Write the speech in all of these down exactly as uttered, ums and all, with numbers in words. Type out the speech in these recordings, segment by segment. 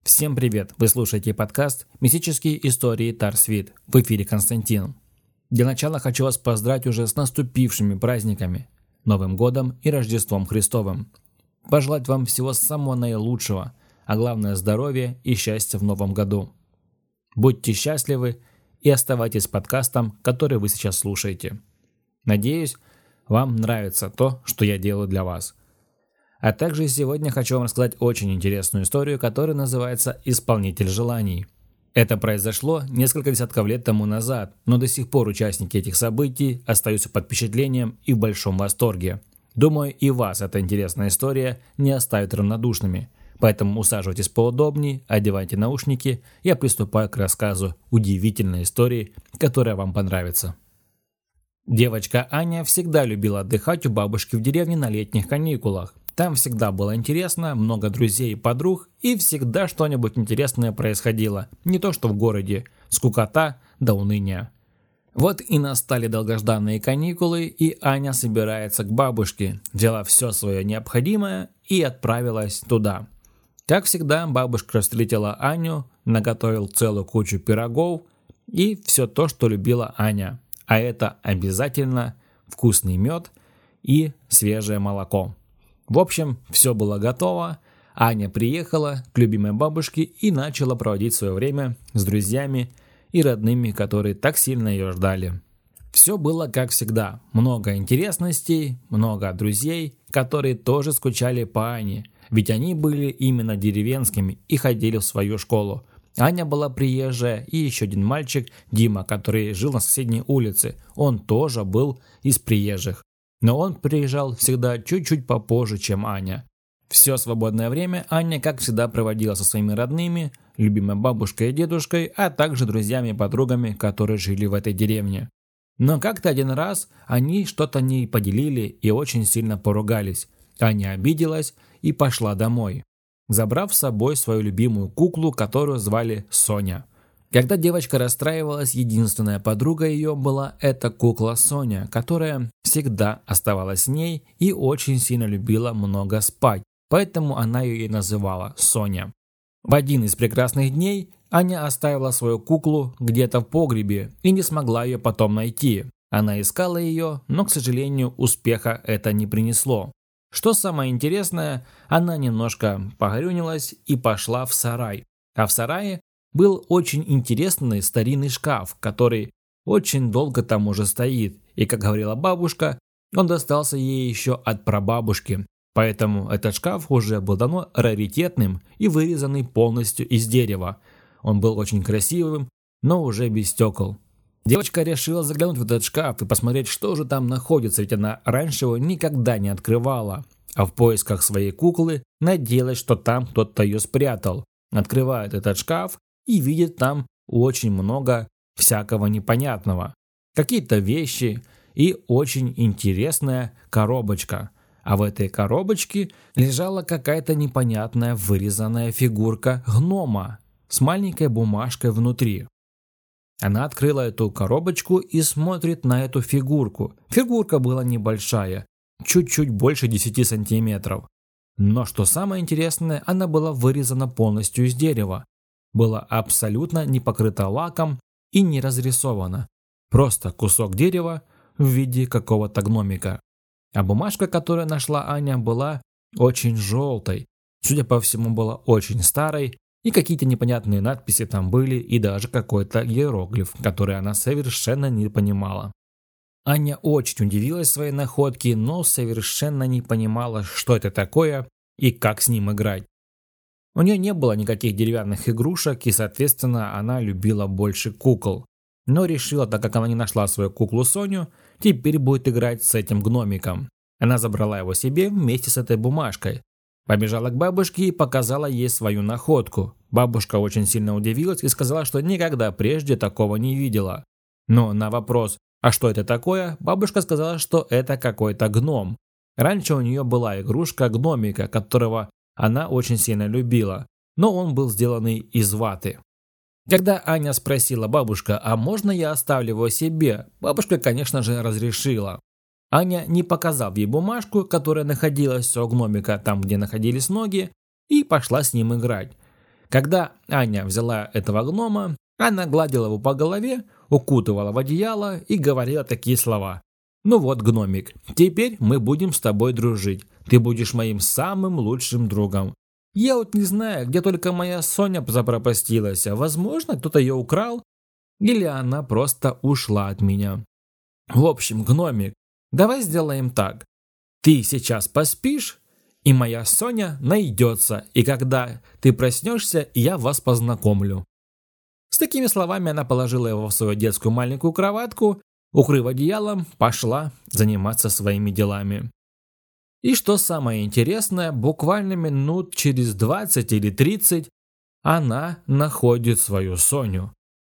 Всем привет! Вы слушаете подкаст «Мистические истории Тарсвит». В эфире Константин. Для начала хочу вас поздравить уже с наступившими праздниками, Новым годом и Рождеством Христовым. Пожелать вам всего самого наилучшего, а главное здоровья и счастья в новом году. Будьте счастливы и оставайтесь с подкастом, который вы сейчас слушаете. Надеюсь, вам нравится то, что я делаю для вас. А также сегодня хочу вам рассказать очень интересную историю, которая называется «Исполнитель желаний». Это произошло несколько десятков лет тому назад, но до сих пор участники этих событий остаются под впечатлением и в большом восторге. Думаю, и вас эта интересная история не оставит равнодушными. Поэтому усаживайтесь поудобнее, одевайте наушники, я приступаю к рассказу удивительной истории, которая вам понравится. Девочка Аня всегда любила отдыхать у бабушки в деревне на летних каникулах. Там всегда было интересно, много друзей и подруг, и всегда что-нибудь интересное происходило. Не то что в городе, скукота до уныния. Вот и настали долгожданные каникулы, и Аня собирается к бабушке, взяла все свое необходимое и отправилась туда. Как всегда, бабушка встретила Аню, наготовил целую кучу пирогов и все то, что любила Аня. А это обязательно вкусный мед и свежее молоко. В общем, все было готово. Аня приехала к любимой бабушке и начала проводить свое время с друзьями и родными, которые так сильно ее ждали. Все было как всегда. Много интересностей, много друзей, которые тоже скучали по Ане. Ведь они были именно деревенскими и ходили в свою школу. Аня была приезжая, и еще один мальчик, Дима, который жил на соседней улице. Он тоже был из приезжих. Но он приезжал всегда чуть-чуть попозже, чем Аня. Все свободное время Аня, как всегда, проводила со своими родными, любимой бабушкой и дедушкой, а также друзьями и подругами, которые жили в этой деревне. Но как-то один раз они что-то не поделили и очень сильно поругались. Аня обиделась и пошла домой, забрав с собой свою любимую куклу, которую звали Соня. Когда девочка расстраивалась, единственная подруга ее была эта кукла Соня, которая всегда оставалась с ней и очень сильно любила много спать, поэтому она ее и называла Соня. В один из прекрасных дней Аня оставила свою куклу где-то в погребе и не смогла ее потом найти. Она искала ее, но, к сожалению, успеха это не принесло. Что самое интересное, она немножко погорюнилась и пошла в сарай. А в сарае был очень интересный старинный шкаф, который очень долго там уже стоит. И, как говорила бабушка, он достался ей еще от прабабушки. Поэтому этот шкаф уже был давно раритетным и вырезанный полностью из дерева. Он был очень красивым, но уже без стекол. Девочка решила заглянуть в этот шкаф и посмотреть, что же там находится, ведь она раньше его никогда не открывала. А в поисках своей куклы надеялась, что там кто-то ее спрятал. Открывает этот шкаф и видит там очень много всякого непонятного. Какие-то вещи и очень интересная коробочка. А в этой коробочке лежала какая-то непонятная вырезанная фигурка гнома с маленькой бумажкой внутри. Она открыла эту коробочку и смотрит на эту фигурку. Фигурка была небольшая, чуть-чуть больше десяти сантиметров. Но что самое интересное, она была вырезана полностью из дерева. Была абсолютно не покрыта лаком и не разрисована. Просто кусок дерева в виде какого-то гномика. А бумажка, которую нашла Аня, была очень желтой. Судя по всему, была очень старой. И какие-то непонятные надписи там были, и даже какой-то иероглиф, который она совершенно не понимала. Аня очень удивилась своей находке, но совершенно не понимала, что это такое и как с ним играть. У нее не было никаких деревянных игрушек, и, соответственно, она любила больше кукол. Но решила, так как она не нашла свою куклу Соню, теперь будет играть с этим гномиком. Она забрала его себе вместе с этой бумажкой. Побежала к бабушке и показала ей свою находку. Бабушка очень сильно удивилась и сказала, что никогда прежде такого не видела. Но на вопрос «А что это такое?», бабушка сказала, что это какой-то гном. Раньше у нее была игрушка гномика, которого она очень сильно любила, но он был сделанный из ваты. Когда Аня спросила бабушка, а можно я оставлю его себе, бабушка, конечно же, разрешила. Аня не показала ей бумажку, которая находилась у гномика там, где находились ноги, и пошла с ним играть. Когда Аня взяла этого гнома, она гладила его по голове, укутывала в одеяло и говорила такие слова. «Ну вот, гномик, теперь мы будем с тобой дружить. Ты будешь моим самым лучшим другом. Я вот не знаю, где только моя Соня запропастилась. Возможно, кто-то ее украл, или она просто ушла от меня. В общем, гномик, давай сделаем так. Ты сейчас поспишь, и моя Соня найдется, и когда ты проснешься, я вас познакомлю». С такими словами она положила его в свою детскую маленькую кроватку, укрыв одеялом, пошла заниматься своими делами. И что самое интересное, буквально минут через двадцать или тридцать она находит свою Соню.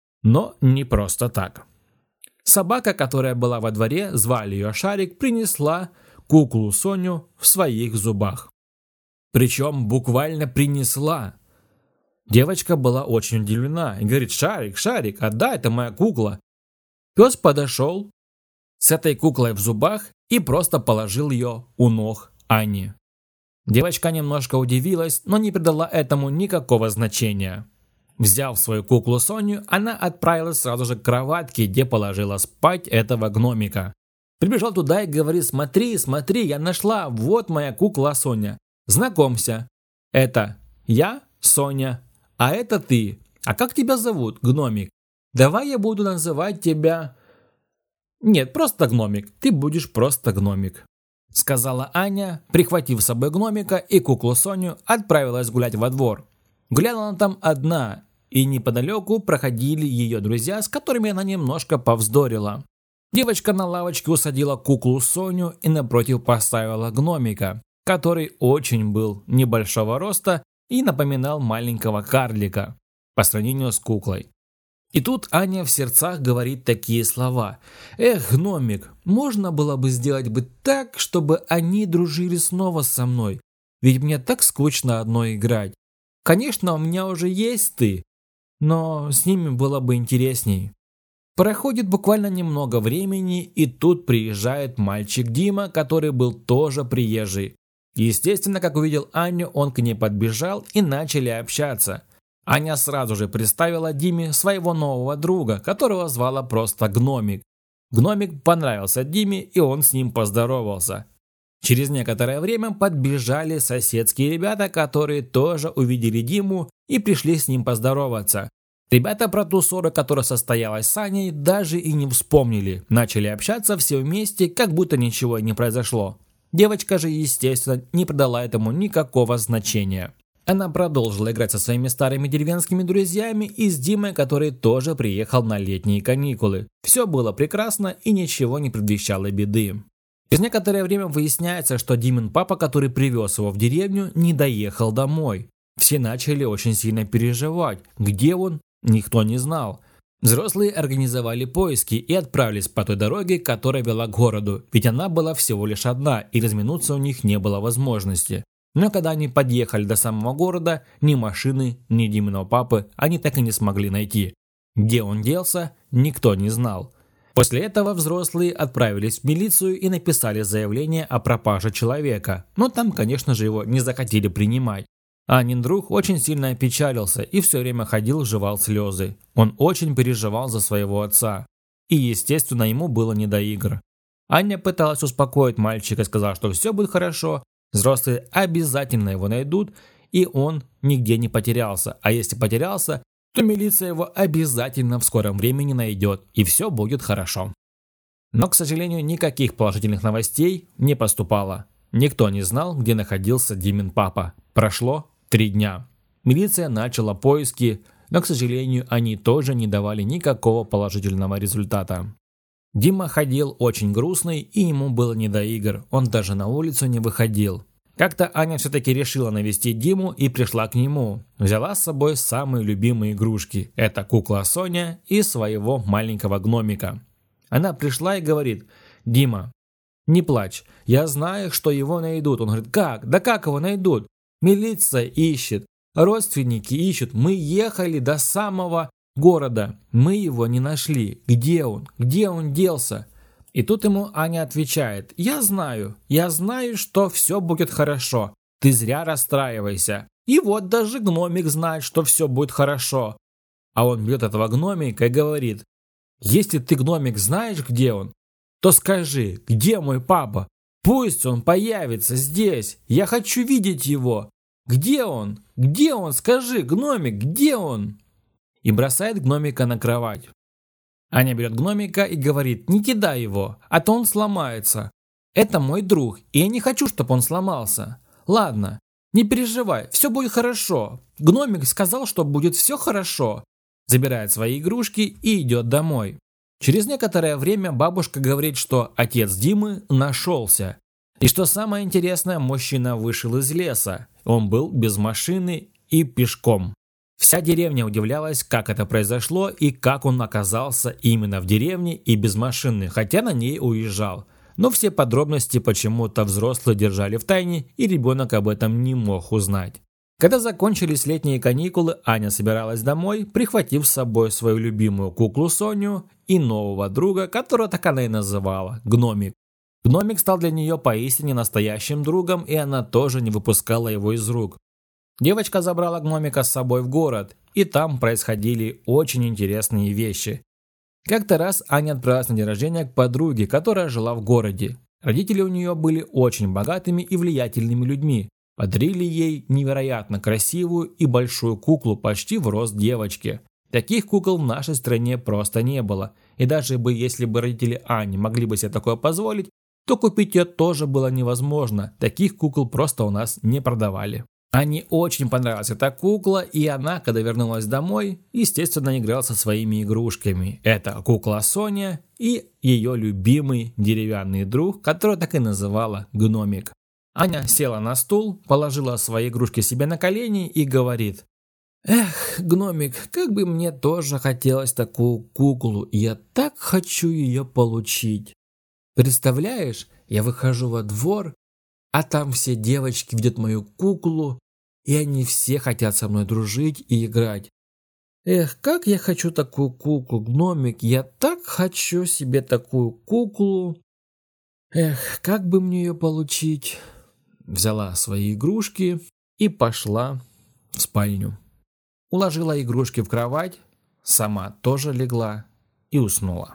Но не просто так. Собака, которая была во дворе, звали ее Шарик, принесла куклу Соню в своих зубах. Причем буквально принесла. Девочка была очень удивлена и говорит: «Шарик, Шарик, отдай, это моя кукла». Пес подошел с этой куклой в зубах и просто положил ее у ног Ани. Девочка немножко удивилась, но не придала этому никакого значения. Взяв свою куклу Соню, она отправилась сразу же к кроватке, где положила спать этого гномика. Прибежал туда и говорит: «Смотри, смотри, я нашла, вот моя кукла Соня. Знакомься, это я, Соня, а это ты. А как тебя зовут, гномик? Давай я буду называть тебя...» «Нет, просто гномик, ты будешь просто гномик», — сказала Аня, прихватив с собой гномика и куклу Соню, отправилась гулять во двор. Гуляла она там одна, и неподалеку проходили ее друзья, с которыми она немножко повздорила. Девочка на лавочке усадила куклу Соню и напротив поставила гномика, который очень был небольшого роста и напоминал маленького карлика по сравнению с куклой. И тут Аня в сердцах говорит такие слова: «Эх, гномик, можно было бы сделать бы так, чтобы они дружили снова со мной, ведь мне так скучно одной играть. Конечно, у меня уже есть ты, но с ними было бы интересней». Проходит буквально немного времени, и тут приезжает мальчик Дима, который был тоже приезжий. Естественно, как увидел Аню, он к ней подбежал и начали общаться. Аня сразу же представила Диме своего нового друга, которого звала просто Гномик. Гномик понравился Диме, и он с ним поздоровался. Через некоторое время подбежали соседские ребята, которые тоже увидели Диму и пришли с ним поздороваться. Ребята про ту ссору, которая состоялась с Аней, даже и не вспомнили. Начали общаться все вместе, как будто ничего не произошло. Девочка же, естественно, не придала этому никакого значения. Она продолжила играть со своими старыми деревенскими друзьями и с Димой, который тоже приехал на летние каникулы. Все было прекрасно и ничего не предвещало беды. Через некоторое время выясняется, что Димин папа, который привез его в деревню, не доехал домой. Все начали очень сильно переживать. Где он? Никто не знал. Взрослые организовали поиски и отправились по той дороге, которая вела к городу, ведь она была всего лишь одна, и разминуться у них не было возможности. Но когда они подъехали до самого города, ни машины, ни Диминого папы они так и не смогли найти. Где он делся, никто не знал. После этого взрослые отправились в милицию и написали заявление о пропаже человека, но там, конечно же, его не захотели принимать. Анин друг очень сильно опечалился и все время ходил, жевал слезы. Он очень переживал за своего отца. И, естественно, ему было не до игр. Аня пыталась успокоить мальчика, сказала, что все будет хорошо, взрослые обязательно его найдут, и он нигде не потерялся. А если потерялся, то милиция его обязательно в скором времени найдет, и все будет хорошо. Но, к сожалению, никаких положительных новостей не поступало. Никто не знал, где находился Димин папа. Прошло три дня. Милиция начала поиски, но, к сожалению, они тоже не давали никакого положительного результата. Дима ходил очень грустный, и ему было не до игр, он даже на улицу не выходил. Как-то Аня все-таки решила навестить Диму и пришла к нему. Взяла с собой самые любимые игрушки. Это кукла Соня и своего маленького гномика. Она пришла и говорит: «Дима, не плачь, я знаю, что его найдут». Он говорит: «Как? Да как его найдут? Милиция ищет, родственники ищут, мы ехали до самого города, мы его не нашли. Где он? Где он делся?» И тут ему Аня отвечает: «Я знаю, я знаю, что все будет хорошо. Ты зря расстраивайся. И вот даже гномик знает, что все будет хорошо. А он берет этого гномика и говорит: если ты, гномик, знаешь, где он, то скажи, где мой папа? Пусть он появится здесь. Я хочу видеть его. Где он? Где он? Скажи, гномик, где он? И бросает гномика на кровать. Аня берет гномика и говорит: не кидай его, а то он сломается. Это мой друг, и я не хочу, чтобы он сломался. Ладно, не переживай, все будет хорошо. Гномик сказал, что будет все хорошо. Забирает свои игрушки и идет домой. Через некоторое время бабушка говорит, что отец Димы нашелся. И что самое интересное, мужчина вышел из леса. Он был без машины и пешком. Вся деревня удивлялась, как это произошло и как он оказался именно в деревне и без машины, хотя на ней уезжал. Но все подробности почему-то взрослые держали в тайне, и ребенок об этом не мог узнать. Когда закончились летние каникулы, Аня собиралась домой, прихватив с собой свою любимую куклу Соню и нового друга, которого так она и называла – Гномик. Гномик стал для нее поистине настоящим другом, и она тоже не выпускала его из рук. Девочка забрала Гномика с собой в город, и там происходили очень интересные вещи. Как-то раз Аня отправилась на день рождения к подруге, которая жила в городе. Родители у нее были очень богатыми и влиятельными людьми. Подарили ей невероятно красивую и большую куклу почти в рост девочки. Таких кукол в нашей стране просто не было. И даже бы если бы родители Ани могли бы себе такое позволить, то купить ее тоже было невозможно. Таких кукол просто у нас не продавали. Ане очень понравилась эта кукла, и она, когда вернулась домой, естественно, играла со своими игрушками. Это кукла Соня и ее любимый деревянный друг, которого так и называла Гномик. Аня села на стул, положила свои игрушки себе на колени и говорит: «Эх, Гномик, как бы мне тоже хотелось такую куклу, я так хочу ее получить. Представляешь, я выхожу во двор, а там все девочки видят мою куклу, и они все хотят со мной дружить и играть. Эх, как я хочу такую куклу, Гномик, я так хочу себе такую куклу. Эх, как бы мне ее получить?» Взяла свои игрушки и пошла в спальню. Уложила игрушки в кровать, сама тоже легла и уснула.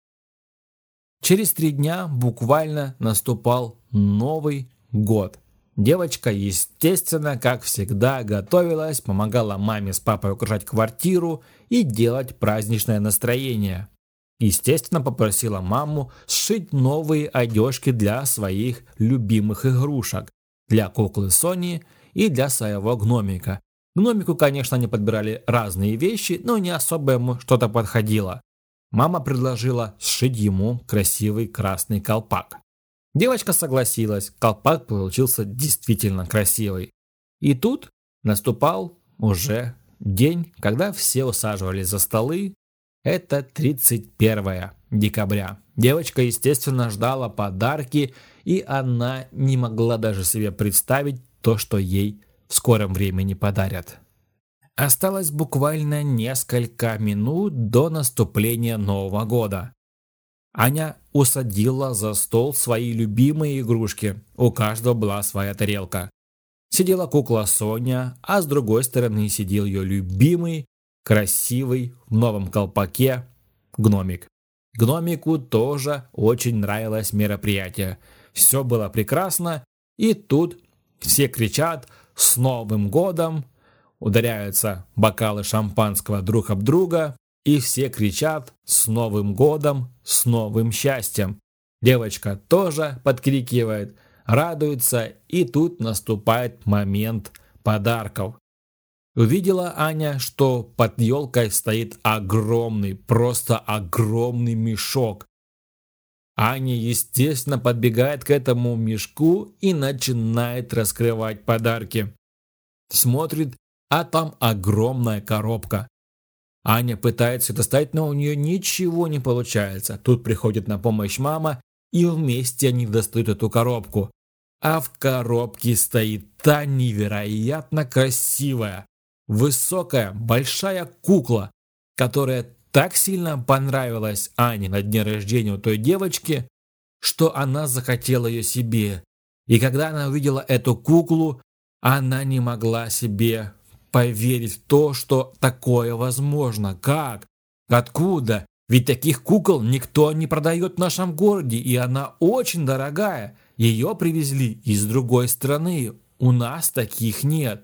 Через три дня буквально наступал Новый год. Девочка, естественно, как всегда, готовилась, помогала маме с папой украшать квартиру и делать праздничное настроение. Естественно, попросила маму сшить новые одежки для своих любимых игрушек, для куклы Сони и для своего гномика. Гномику, конечно, они подбирали разные вещи, но не особо ему что-то подходило. Мама предложила сшить ему красивый красный колпак. Девочка согласилась, колпак получился действительно красивый. И тут наступал уже день, когда все усаживались за столы. Это тридцать первое декабря. Девочка, естественно, ждала подарки, и она не могла даже себе представить то, что ей в скором времени подарят. Осталось буквально несколько минут до наступления Нового года. Аня усадила за стол свои любимые игрушки. У каждого была своя тарелка. Сидела кукла Соня, а с другой стороны сидел ее любимый, красивый, в новом колпаке гномик. Гномику тоже очень нравилось мероприятие. Все было прекрасно, и тут все кричат «С Новым годом!», ударяются бокалы шампанского друг об друга, и все кричат «С Новым годом! С новым счастьем!». Девочка тоже подкрикивает, радуется, и тут наступает момент подарков. Увидела Аня, что под елкой стоит огромный, просто огромный мешок. Аня, естественно, подбегает к этому мешку и начинает раскрывать подарки. Смотрит, а там огромная коробка. Аня пытается достать, но у нее ничего не получается. Тут приходит на помощь мама, и вместе они достают эту коробку. А в коробке стоит та невероятно красивая, высокая, большая кукла, которая так сильно понравилась Ане на дне рождения у той девочки, что она захотела ее себе. И когда она увидела эту куклу, Она не могла себе поверить в то, что такое возможно. Как? Откуда? Ведь таких кукол никто не продает в нашем городе, и она очень дорогая. Ее привезли из другой страны. У нас таких нет.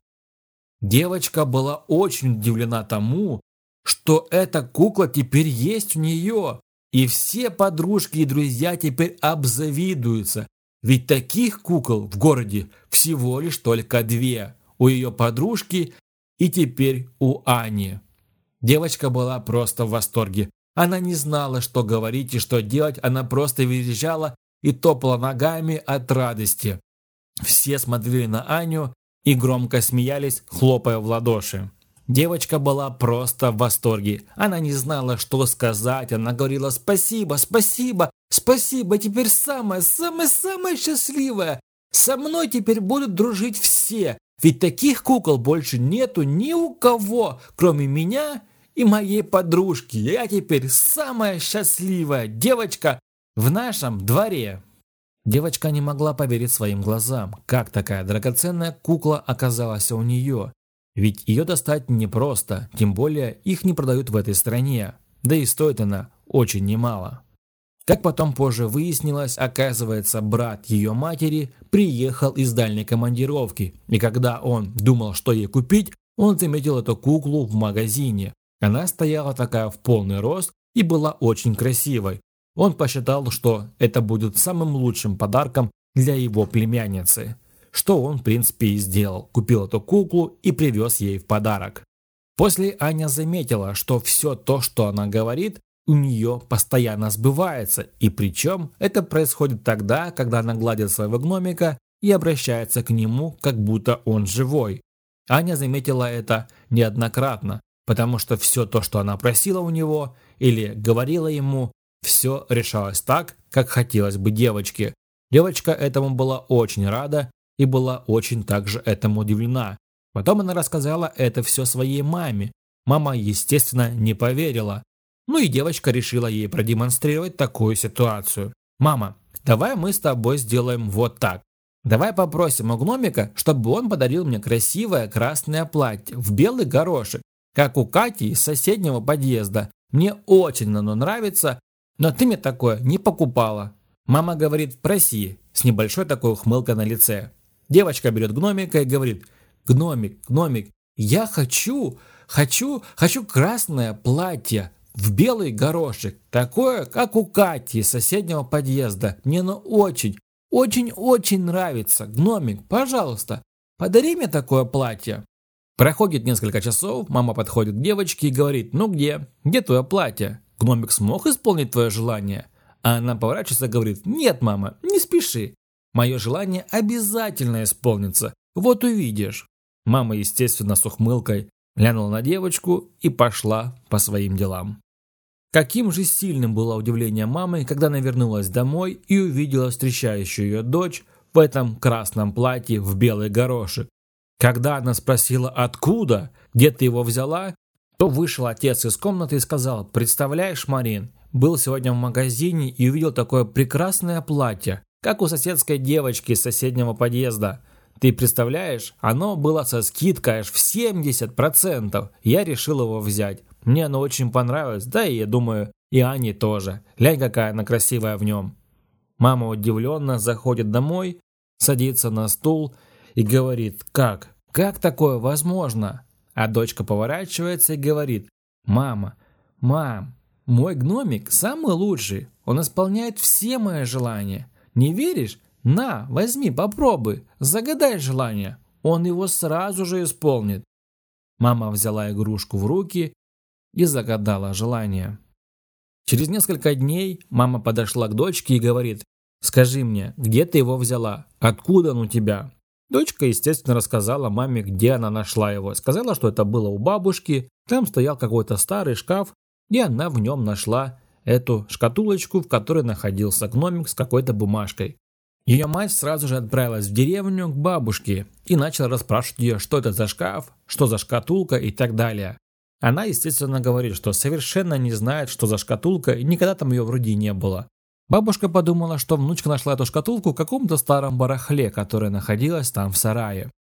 Девочка была очень удивлена тому, что эта кукла теперь есть у нее. И все подружки и друзья теперь обзавидуются. Ведь таких кукол в городе всего лишь только две. У ее подружки и теперь у Ани. Девочка была просто в восторге. Она не знала, что говорить и что делать. Она просто визжала и топала ногами от радости. Все смотрели на Аню и громко смеялись, хлопая в ладоши. Девочка была просто в восторге. Она не знала, что сказать. Она говорила: спасибо, спасибо, спасибо, теперь самая, самая, самая счастливая. Со мной теперь будут дружить все. Ведь таких кукол больше нету ни у кого, кроме меня и моей подружки. Я теперь самая счастливая девочка в нашем дворе. Девочка не могла поверить своим глазам, как такая драгоценная кукла оказалась у нее. Ведь ее достать непросто, тем более их не продают в этой стране, да и стоит она очень немало. Как потом позже выяснилось, оказывается, брат ее матери приехал из дальней командировки, и когда он думал, что ей купить, он заметил эту куклу в магазине. Она стояла такая в полный рост и была очень красивой. Он посчитал, что это будет самым лучшим подарком для его племянницы. Что он, в принципе, и сделал. Купил эту куклу и привез ей в подарок. После Аня заметила, что все то, что она говорит, у нее постоянно сбывается. И причем это происходит тогда, когда она гладит своего гномика и обращается к нему, как будто он живой. Аня заметила это неоднократно, потому что все то, что она просила у него или говорила ему, все решалось так, как хотелось бы девочке. Девочка этому была очень рада и была очень также этому удивлена. Потом она рассказала это все своей маме. Мама, естественно, не поверила. Ну и девочка решила ей продемонстрировать такую ситуацию. «Мама, давай мы с тобой сделаем вот так. Давай попросим у гномика, чтобы он подарил мне красивое красное платье в белый горошек, как у Кати из соседнего подъезда. Мне очень оно нравится, но ты мне такое не покупала». Мама говорит: «Проси», с небольшой такой ухмылкой на лице. Девочка берет гномика и говорит: «Гномик, гномик, я хочу, хочу, хочу красное платье в белый горошек, такое, как у Кати из соседнего подъезда. Мне оно очень, очень-очень нравится. Гномик, пожалуйста, подари мне такое платье». Проходит несколько часов, мама подходит к девочке и говорит: «Ну где? Где твое платье? Гномик смог исполнить твое желание?» А она поворачивается и говорит: «Нет, мама, не спеши. Мое желание обязательно исполнится. Вот увидишь». Мама, естественно, с ухмылкой глянула на девочку и пошла по своим делам. Каким же сильным было удивление мамы, когда она вернулась домой и увидела встречающую ее дочь в этом красном платье в белый горошек. Когда она спросила: «Откуда? Где ты его взяла?», то вышел отец из комнаты и сказал: «Представляешь, Марин, был сегодня в магазине и увидел такое прекрасное платье, как у соседской девочки из соседнего подъезда. Ты представляешь, оно было со скидкой аж в семьдесят процентов. Я решил его взять. Мне оно очень понравилось, да и я думаю, и Ане тоже. Глянь, какая она красивая в нем». Мама удивленно заходит домой, садится на стул и говорит: «Как? Как такое возможно?» А дочка поворачивается и говорит: «Мама, мам, мой гномик самый лучший. Он исполняет все мои желания. Не веришь? На, возьми, попробуй, загадай желание. Он его сразу же исполнит». Мама взяла игрушку в руки и загадала желание. Через несколько дней мама подошла к дочке и говорит: «Скажи мне, где ты его взяла? Откуда он у тебя?» Дочка, естественно, рассказала маме, где она нашла его. Сказала, что это было у бабушки. Там стоял какой-то старый шкаф, и она в нем нашла эту шкатулочку, в которой находился гномик с какой-то бумажкой. Ее мать сразу же отправилась в деревню к бабушке и начала расспрашивать ее, что это за шкаф, что за шкатулка и так далее. Она, естественно, говорит, что совершенно не знает, что за шкатулка, и никогда там ее вроде не было. Бабушка подумала, что внучка нашла эту шкатулку в каком-то старом барахле, которое находилось там в сарае.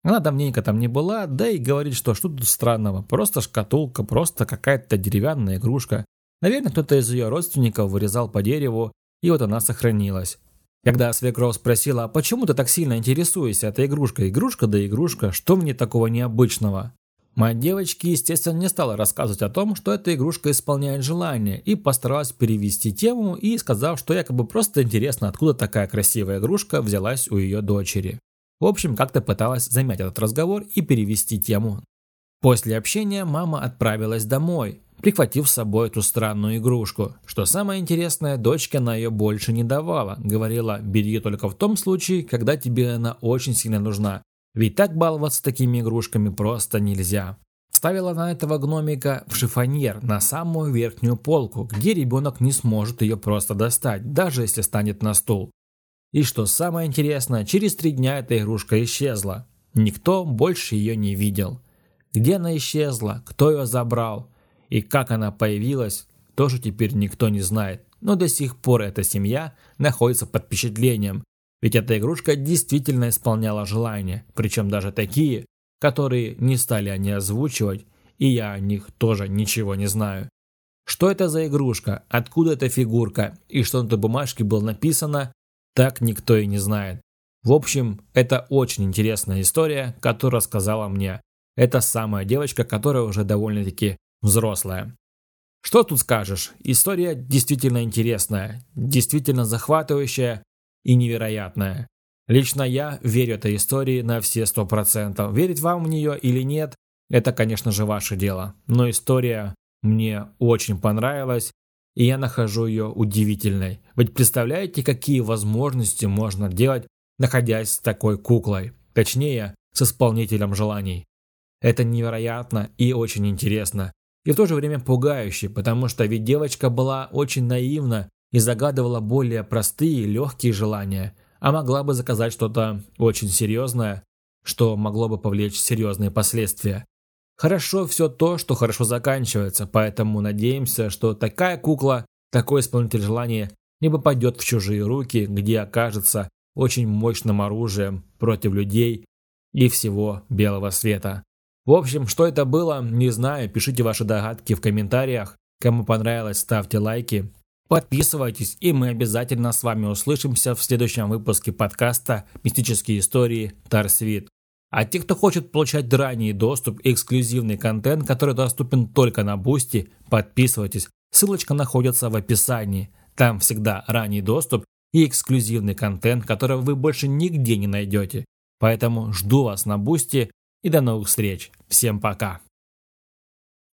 Она давненько там не была, да и говорит, что что тут странного, просто шкатулка, просто какая-то деревянная игрушка. Наверное, кто-то из ее родственников вырезал по дереву, и вот она сохранилась. Когда свекровь спросила, а почему ты так сильно интересуешься этой игрушкой? Игрушка да игрушка, что в ней такого необычного? Мать девочки, естественно, не стала рассказывать о том, что эта игрушка исполняет желание, и постаралась перевести тему и сказав, что якобы просто интересно, откуда такая красивая игрушка взялась у ее дочери. В общем, как-то пыталась замять этот разговор и перевести тему. После общения мама отправилась домой, прихватив с собой эту странную игрушку. Что самое интересное, дочке она ее больше не давала. Говорила, бери ее только в том случае, когда тебе она очень сильно нужна. Ведь так баловаться такими игрушками просто нельзя. Ставила она этого гномика в шифоньер на самую верхнюю полку, где ребенок не сможет ее просто достать, даже если станет на стул. И что самое интересное, через три дня эта игрушка исчезла. Никто больше ее не видел. Где она исчезла, кто ее забрал и как она появилась, тоже теперь никто не знает. Но до сих пор эта семья находится под впечатлением. Ведь эта игрушка действительно исполняла желания, причем даже такие, которые не стали они озвучивать, и я о них тоже ничего не знаю. Что это за игрушка, откуда эта фигурка и что на той бумажке было написано, так никто и не знает. В общем, это очень интересная история, которую рассказала мне эта самая девочка, которая уже довольно-таки взрослая. Что тут скажешь? История действительно интересная, действительно захватывающая и невероятная. Лично я верю этой истории на все сто процентов. Верить вам в нее или нет, это, конечно же, ваше дело. Но история мне очень понравилась, и я нахожу ее удивительной. Ведь представляете, какие возможности можно делать, находясь с такой куклой? Точнее, с исполнителем желаний. Это невероятно и очень интересно. И в то же время пугающе, потому что ведь девочка была очень наивна и загадывала более простые, легкие желания, а могла бы заказать что-то очень серьезное, что могло бы повлечь серьезные последствия. Хорошо все то, что хорошо заканчивается, поэтому надеемся, что такая кукла, такой исполнитель желания не попадет в чужие руки, где окажется очень мощным оружием против людей и всего белого света. В общем, что это было, не знаю, пишите ваши догадки в комментариях. Кому понравилось, ставьте лайки. Подписывайтесь, и мы обязательно с вами услышимся в следующем выпуске подкаста «Мистические истории Тарсвит». А те, кто хочет получать ранний доступ и эксклюзивный контент, который доступен только на Бусти, подписывайтесь. Ссылочка находится в описании. Там всегда ранний доступ и эксклюзивный контент, который вы больше нигде не найдете. Поэтому жду вас на Бусти и до новых встреч. Всем пока.